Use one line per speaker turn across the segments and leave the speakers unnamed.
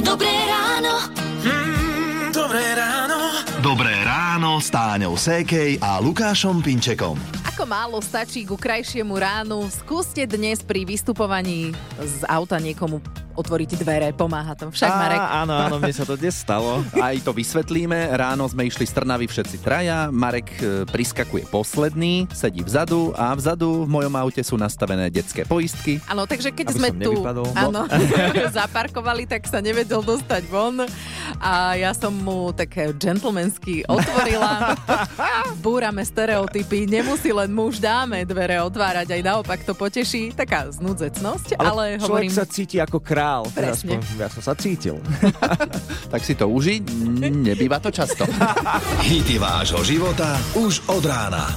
Dobré ráno.
Dobré ráno.
Dobré ráno s Táňou Sékej a Lukášom Pinčekom.
Ako málo stačí ku krajšiemu ránu, skúste dnes pri vystupovaní z auta niekomu otvoriť dvere, pomáha to. Však, Marek?
Áno, mne sa to dnes stalo. Aj to vysvetlíme. Ráno sme išli z Trnavy všetci traja. Marek priskakuje posledný, sedí vzadu a vzadu v mojom aute sú nastavené detské poistky.
Áno, takže keď
aby
sme
som
tu zaparkovali, tak sa nevedel dostať von a ja som mu tak gentlemansky otvorila. Búrame stereotypy, nemusí len muž dáme dvere otvárať, aj naopak to poteší. Taká znúdzecnosť, ale hovorím...
Človek sa cíti ako král.
Presne.
Ja som sa cítil.
Tak si to uži, nebýva to často.
Hity vášho života už od rána.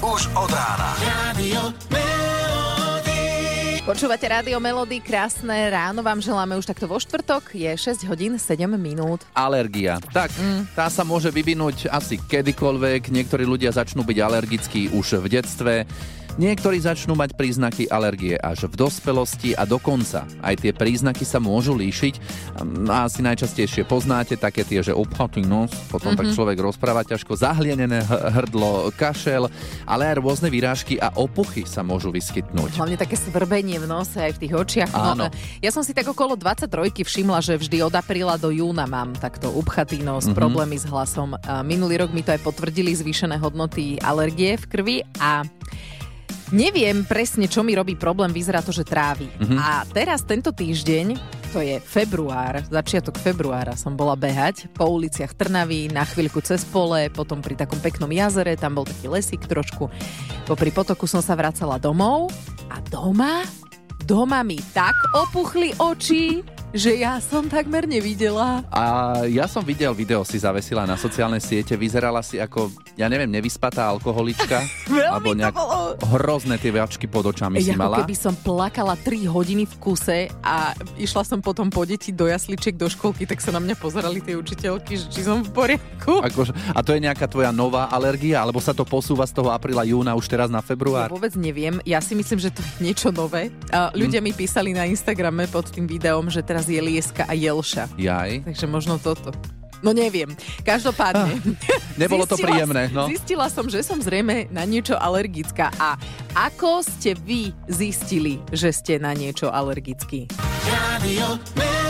Rádio Melody.
Počúvate Rádio Melody, krásne ráno vám želáme už takto vo štvrtok, je 6 hodín 7 minút.
Alergia. Tak, tá sa môže vyvinúť asi kedykoľvek. Niektorí ľudia začnú byť alergickí už v detstve. Niektorí začnú mať príznaky alergie až v dospelosti a dokonca aj tie príznaky sa môžu líšiť. A asi najčastejšie poznáte také tie, že obchatý nos, potom tak človek rozpráva ťažko, zahlienené hrdlo, kašel, ale aj rôzne vyrážky a opuchy sa môžu vyskytnúť.
Hlavne také svrbenie v nose aj v tých očiach.
Áno.
Ja som si tak okolo 23 všimla, že vždy od apríla do júna mám takto upchatý nos, problémy s hlasom. A minulý rok mi to aj potvrdili zvýšené hodnoty alergie v krvi a neviem presne, čo mi robí problém, vyzerá to, že trávi. A teraz tento týždeň, to je február, začiatok februára som bola behať po uliciach Trnavy, na chvíľku cez pole, potom pri takom peknom jazere, tam bol taký lesík trošku. Popri potoku som sa vracala domov a doma mi tak opuchli oči, že ja som takmer nevidela.
A ja som videl video, si zavesila na sociálne siete, vyzerala si ako, ja neviem, nevyspatá alkoholička. Alebo
Veľmi to bolo.
Hrozné tie viačky pod očami si
Ako
mala.
keby som plakala 3 hodiny v kuse a išla som potom po deti do jasličiek, do školky, tak sa na mňa pozerali tie učiteľky, že či som v poriadku.
A to je nejaká tvoja nová alergia, alebo sa to posúva z toho apríla, júna už teraz na február?
Ja vôbec neviem, ja si myslím, že to je niečo nové. A ľudia mi písali na Instagrame pod tým videom, že teraz je Lieska a Jelša.
Jaj.
Takže možno toto. No neviem. Každopádne.
Nebolo to príjemné, no.
Zistila som, že som zrejme na niečo alergická. A ako ste vy zistili, že ste na niečo alergickí?
Rádio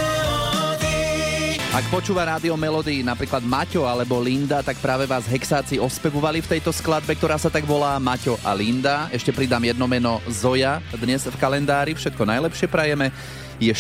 Melody.
Ak počúva Rádio Melody napríklad Maťo alebo Linda, tak práve vás hexáci ospevovali v tejto skladbe, ktorá sa tak volá Maťo a Linda. Ešte pridám jedno meno Zoja dnes v kalendári. Všetko najlepšie prajeme. Je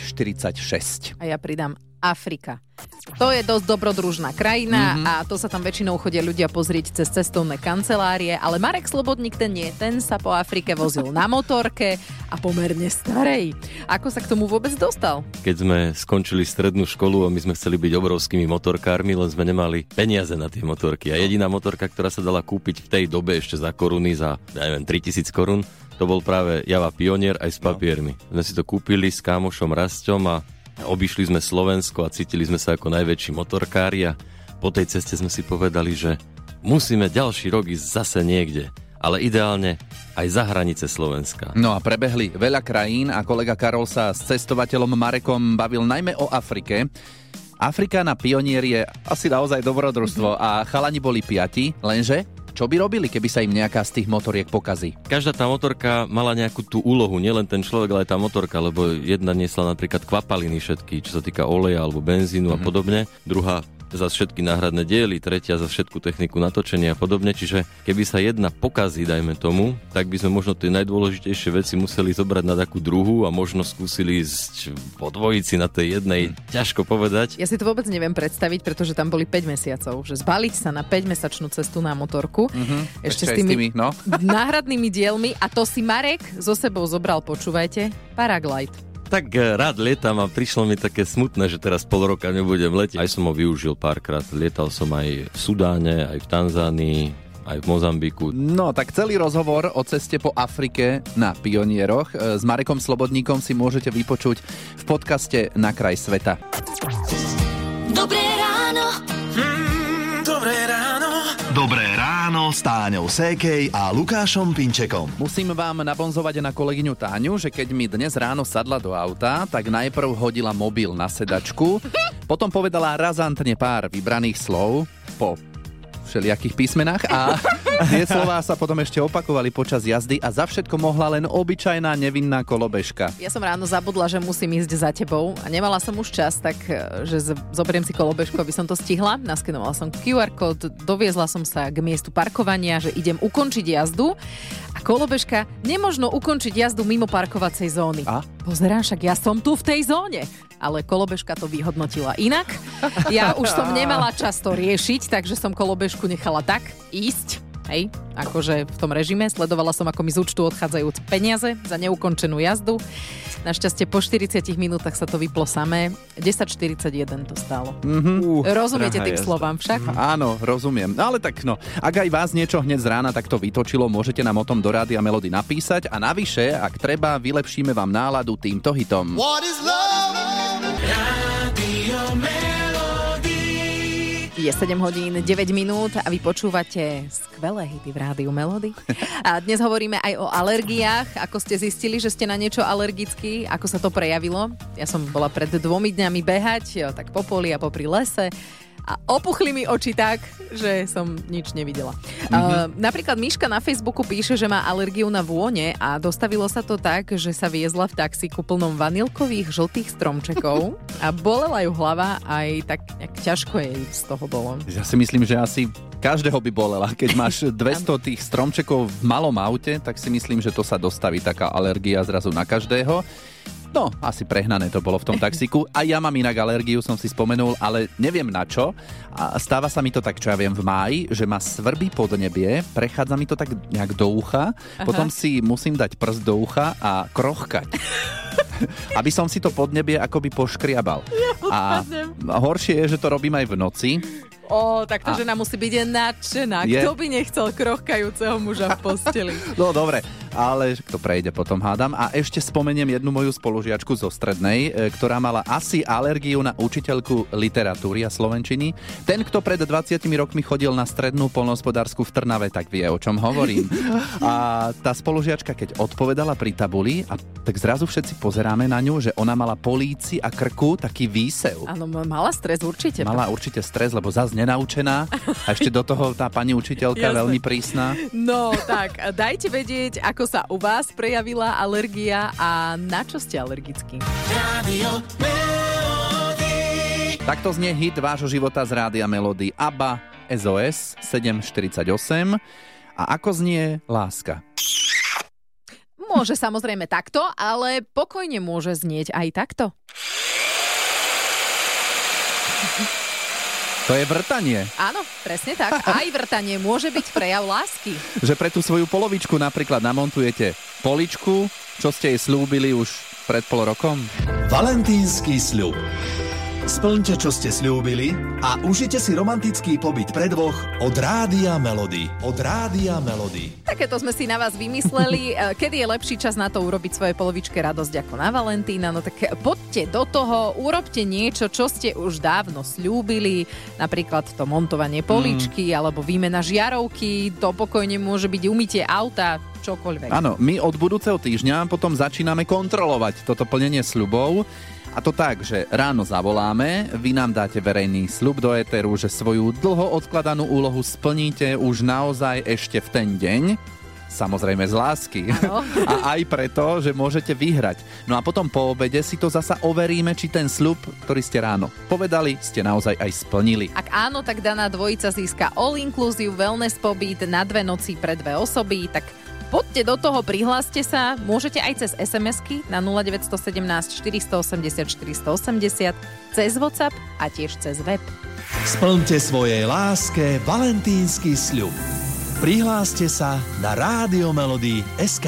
6:46.
A ja pridám Afrika. To je dosť dobrodružná krajina a to sa tam väčšinou chodia ľudia pozrieť cez cestovné kancelárie, ale Marek Slobodník ten nie, ten sa po Afrike vozil na motorke a pomerne starej. Ako sa k tomu vôbec dostal?
Keď sme skončili strednú školu a my sme chceli byť obrovskými motorkármi, len sme nemali peniaze na tie motorky. A jediná motorka, ktorá sa dala kúpiť v tej dobe ešte za koruny, za, ja neviem, 3000 korún, to bol práve Java Pionier aj s papiermi. Sme si to kúpili s kámošom Rasťom a obišli sme Slovensko a cítili sme sa ako najväčší motorkári a po tej ceste sme si povedali, že musíme ďalší rok ísť zase niekde, ale ideálne aj za hranice Slovenska.
No a prebehli veľa krajín a kolega Karol sa s cestovateľom Marekom bavil najmä o Afrike. Afrika na Pionier je asi naozaj dobrodružstvo a chalani boli 5, lenže čo by robili, keby sa im nejaká z tých motoriek pokazí?
Každá tá motorka mala nejakú tú úlohu, nielen ten človek, ale aj tá motorka, lebo jedna niesla napríklad kvapaliny všetky, čo sa týka oleja alebo benzínu a podobne. Druhá za všetky náhradné diely, tretia za všetku techniku natočenia a podobne. Čiže keby sa jedna pokazí, dajme tomu, tak by sme možno tie najdôležitejšie veci museli zobrať na takú druhú a možno skúsili ísť po dvojici na tej jednej. Ťažko povedať.
Ja si to vôbec neviem predstaviť, pretože tam boli 5 mesiacov. Že zbaliť sa na 5-mesačnú cestu na motorku. Ešte s tými náhradnými dielmi. A to si Marek so sebou zobral, počúvajte, paraglide.
Tak rád lietam a prišlo mi také smutné, že teraz pol roka nebudem letieť. Aj som ho využil párkrát. Lietal som aj v Sudáne, aj v Tanzánii, aj v Mozambiku.
No, tak celý rozhovor o ceste po Afrike na Pionieroch s Marekom Slobodníkom si môžete vypočuť v podcaste Na kraj sveta.
Dobré ráno.
Dobré ráno.
Dobré ráno s Táňou Sékej a Lukášom Pinčekom.
Musím vám nabonzovať na kolegyňu Táňu, že keď mi dnes ráno sadla do auta, tak najprv hodila mobil na sedačku,
Potom povedala razantne pár vybraných slov po všelijakých písmenách a tie slová sa potom ešte opakovali počas jazdy a za všetko mohla len obyčajná nevinná kolobežka.
Ja som ráno zabudla, že musím ísť za tebou a nemala som už čas, tak že zoberiem si kolobežku, aby som to stihla. Naskenovala som QR kód, doviezla som sa k miestu parkovania, že idem ukončiť jazdu a kolobežka nemožno ukončiť jazdu mimo parkovacej zóny.
A?
Pozerám, však ja som tu v tej zóne. Ale kolobežka to vyhodnotila inak. Ja už som nemala čas to riešiť, takže som kolobežku nechala tak ísť. Hej, akože v tom režime. Sledovala som, ako mi z účtu odchádzajú peniaze za neukončenú jazdu. Našťastie po 40 minútach sa to vyplo samé. 10,41 to stálo. Rozumiete tým slovám však?
Áno, rozumiem. No ale tak no, ak aj vás niečo hneď z rána takto vytočilo, môžete nám o tom do Rádia Melody napísať a navyše, ak treba, vylepšíme vám náladu týmto hitom.
What is love? Rádio Melody.
Je 7 hodín 9 minút a vy počúvate skvelé hity v Rádiu Melody. A dnes hovoríme aj o alergiách. Ako ste zistili, že ste na niečo alergickí? Ako sa to prejavilo? Ja som bola pred 2 dňami behať, tak po poli a popri lese. A opuchli mi oči tak, že som nič nevidela. Napríklad Miška na Facebooku píše, že má alergiu na vône a dostavilo sa to tak, že sa viezla v taxíku plnom vanilkových žltých stromčekov a bolela ju hlava, aj tak nejak ťažko jej z toho bolo.
Ja si myslím, že asi každého by bolela. Keď máš 200 tých stromčekov v malom aute, tak si myslím, že to sa dostaví taká alergia zrazu na každého. No, asi prehnané to bolo v tom taxíku. A ja mám inak alergiu, som si spomenul, ale neviem na čo. A stáva sa mi to tak, čo ja viem, v máji, že ma svrbí podnebie, prechádza mi to tak nejak do ucha, potom si musím dať prst do ucha a krochkať. Aby som si to podnebie akoby poškriabal. A horšie je, že to robím aj v noci.
Tak tá žena musí byť nadšená. Kto by nechcel krochkajúceho muža v posteli?
No dobre, ale to prejde potom, hádam. A ešte spomeniem jednu moju spolužiačku zo strednej, ktorá mala asi alergiu na učiteľku literatúry a slovenčiny. Ten, kto pred 20 rokmi chodil na strednú poľnohospodársku v Trnave, tak vie, o čom hovorím. A tá spolužiačka, keď odpovedala pri tabuli, a tak zrazu všetci pozeráme na ňu, že ona mala po líci a krku taký výsev.
Áno, mala stres určite.
Mala určite stres, lebo zase nenaučená a ešte do toho tá pani učiteľka veľmi prísna.
No tak, dajte vedieť, ako sa u vás prejavila alergia a na čo ste alergickí.
Rádio Melody.
Takto znie hit vášho života z Rádia Melody ABBA SOS 748. A ako znie láska?
Môže samozrejme takto, ale pokojne môže znieť aj takto.
To je vrtanie.
Áno, presne tak. Aj vrtanie môže byť prejav lásky.
Že pre tú svoju polovičku napríklad namontujete poličku, čo ste jej slúbili už pred pol rokom.
Valentínsky sľub. Splňte, čo ste sľúbili a užite si romantický pobyt pre dvoch od Rádia Melody. Od Rádia Melody.
Takéto sme si na vás vymysleli. Kedy je lepší čas na to urobiť svoje polovičke radosť ako na Valentína? No tak poďte do toho, urobte niečo, čo ste už dávno sľúbili. Napríklad to montovanie poličky alebo výmena žiarovky. To pokojne môže byť umytie auta, čokoľvek.
Áno, my od budúceho týždňa potom začíname kontrolovať toto plnenie sľubov. A to tak, že ráno zavoláme, vy nám dáte verejný sľub do éteru, že svoju dlho odkladanú úlohu splníte už naozaj ešte v ten deň. Samozrejme z lásky. A aj preto, že môžete vyhrať. No a potom po obede si to zasa overíme, či ten sľub, ktorý ste ráno povedali, ste naozaj aj splnili.
Ak áno, tak daná dvojica získa all-inclusive wellness pobyt na 2 noci pre 2 osoby, tak poďte do toho, prihláste sa, môžete aj cez SMS-ky na 0917 480 480, cez WhatsApp a tiež cez web.
Splňte svojej láske valentínsky sľub. Prihláste sa na Rádio Melody SK.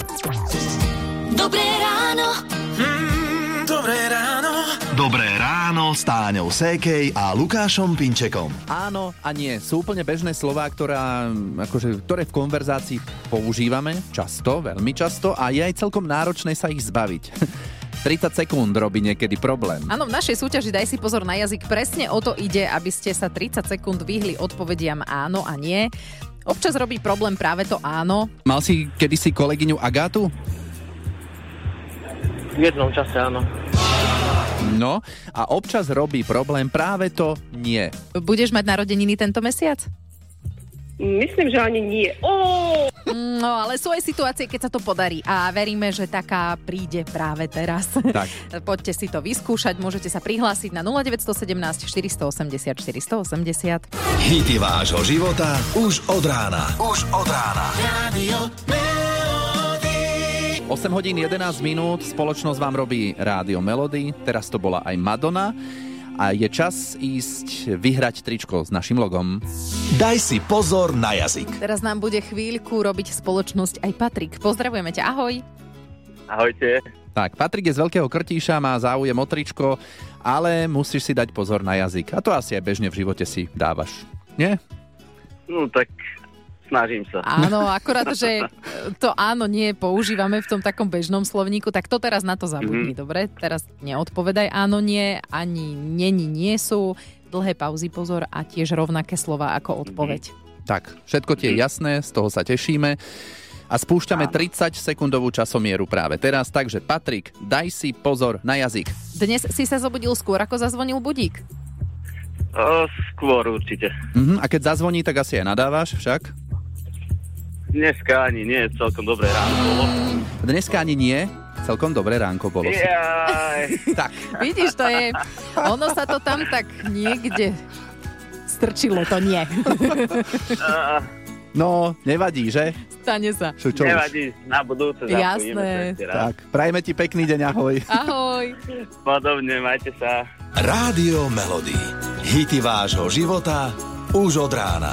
Dobré ráno.
Dobré ráno.
Dobré ráno s Táňou Sékej a Lukášom Pinčekom.
Áno a nie. Sú úplne bežné slová, ktoré v konverzácii používame často, veľmi často a je aj celkom náročné sa ich zbaviť. 30 sekúnd robí niekedy problém.
Áno, v našej súťaži Daj si pozor na jazyk. Presne o to ide, aby ste sa 30 sekúnd vyhli odpovediam áno a nie. Občas robí problém práve to áno.
Mal si kedysi kolegyňu Agátu?
V jednom čase áno.
No, a občas robí problém práve to nie.
Budeš mať narodeniny tento mesiac?
Myslím, že ani nie.
No, ale sú aj situácie, keď sa to podarí a veríme, že taká príde práve teraz.
Tak.
Poďte si to vyskúšať, môžete sa prihlásiť na 0917 480 480.
Hity vášho života už od rána. Už od rána.
Radio Melody.
8 hodín 11 minút, spoločnosť vám robí Rádio Melody, teraz to bola aj Madonna a je čas ísť vyhrať tričko s našim logom.
Daj si pozor na jazyk.
Teraz nám bude chvíľku robiť spoločnosť aj Patrik. Pozdravujeme ťa, ahoj.
Ahojte.
Tak, Patrik je z Veľkého Krtíša, má záujem o tričko, ale musíš si dať pozor na jazyk. A to asi aj bežne v živote si dávaš, nie?
No tak snažím sa.
Áno, akorát, že to áno, nie používame v tom takom bežnom slovníku, tak to teraz na to zabudni, dobre? Teraz neodpovedaj áno, nie, ani není, nie sú. Dlhé pauzy, pozor, a tiež rovnaké slova ako odpoveď.
Tak, všetko ti je jasné, z toho sa tešíme. A spúšťame 30-sekundovú časomieru práve teraz, takže Patrik, daj si pozor na jazyk.
Dnes si sa zobudil skôr, ako zazvonil budík?
Skôr určite.
A keď zazvoní, tak asi aj nadávaš však?
Dneska ani nie, celkom dobré ráno bolo.
Dneska ani nie, celkom dobré ránko bolo. Tak.
Vidíš, to je... Ono sa to tam tak niekde strčilo, to nie.
No, nevadí, že?
Stane sa.
Čo
nevadí, na budúce
Jasné.
Tak, prajme ti pekný deň, ahoj.
Ahoj.
Podobne, majte sa.
Rádio Melody. Hity vášho života už od rána.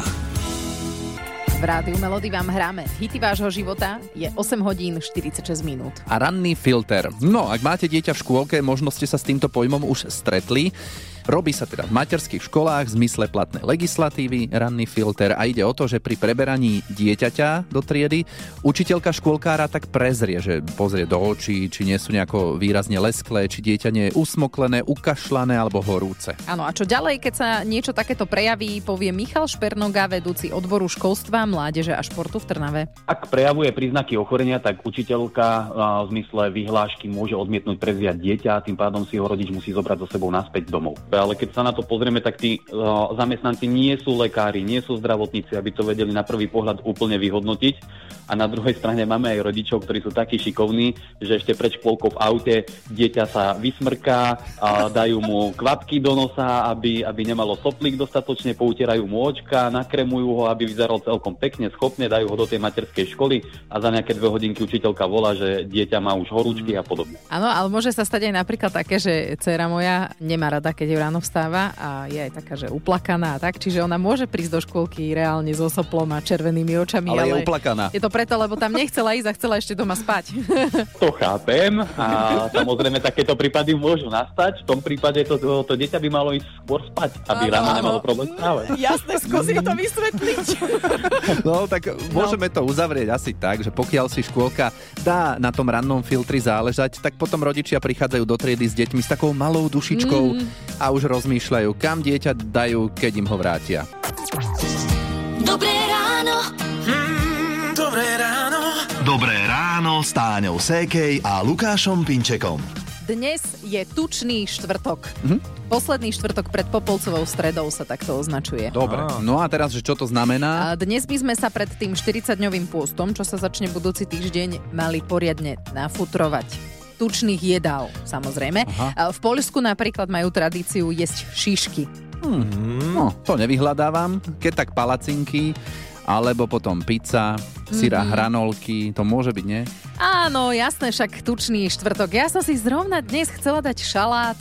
V Rádiu Melody vám hráme Hity vášho života, je 8 hodín 46 minút.
A ranný filter. No, ak máte dieťa v škôlke, možno ste sa s týmto pojmom už stretli. Robí sa teda v materských školách v zmysle platnej legislatívy ranný filter a ide o to, že pri preberaní dieťaťa do triedy učiteľka škôlkára tak prezrie, že pozrie do očí, či nie sú nejako výrazne lesklé, či dieťa nie je usmoklené, ukašľané alebo horúce.
Áno, a čo ďalej, keď sa niečo takéto prejaví, povie Michal Špernoga, vedúci odboru školstva, mládeže a športu v Trnave.
Ak prejavuje príznaky ochorenia, tak učiteľka v zmysle vyhlášky môže odmietnúť prevziať dieťa a tým pádom si ho rodič musí zobrať so sebou naspäť domov. Ale keď sa na to pozrieme, tak tí zamestnanci nie sú lekári, nie sú zdravotníci, aby to vedeli na prvý pohľad úplne vyhodnotiť. A na druhej strane máme aj rodičov, ktorí sú takí šikovní, že ešte pred škôlkou v aute dieťa sa vysmrká, dajú mu kvapky do nosa, aby nemalo soplík dostatočne, poutierajú mu očka, nakremujú ho, aby vyzeral celkom pekne, schopne, dajú ho do tej materskej školy a za nejaké 2 hodinky učiteľka volá, že dieťa má už horúčky a podobne.
Áno, ale môže sa stať aj napríklad také, že dcéra moja nemá rada, keď ráno vstáva a je aj taká, že uplakaná a tak, čiže ona môže prísť do škôlky reálne so soplom a červenými očami,
ale je uplakaná.
Je to preto, lebo tam nechcela ísť a chcela ešte doma spať.
To chápem a samozrejme takéto prípady môžu nastať. V tom prípade to dieťa by malo ísť skôr spať, aby ráno nemalo problém stávať.
Jasné, skúsi to vysvetliť.
No tak môžeme to uzavrieť asi tak, že pokiaľ si škôlka dá na tom rannom filtri záležať, tak potom rodičia prichádzajú do triedy s deťmi s takou malou dušičkou a už rozmýšľajú, kam dieťa dajú, keď im ho vrátia.
Dobré ráno.
Dobré ráno.
Dobré ráno s Táňou Sékej a Lukášom Pinčekom.
Dnes je tučný štvrtok. Posledný štvrtok pred Popolcovou stredou sa takto označuje.
Dobre. No a teraz, že čo to znamená?
Dnes by sme sa pred tým 40-dňovým pôstom, čo sa začne budúci týždeň, mali poriadne nafutrovať. Tučných jedál, samozrejme. V Poľsku napríklad majú tradíciu jesť šišky.
No, to nevyhľadávam. Keď tak palacinky, alebo potom pizza, syra, hranolky, to môže byť, nie?
Áno, jasné, však tučný štvrtok. Ja som si zrovna dnes chcela dať šalát.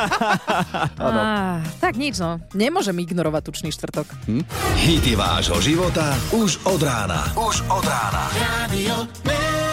Tak nič, no. Nemôžem ignorovať tučný štvrtok.
Hity vášho života už od rána. Už od rána.
Radio Melody.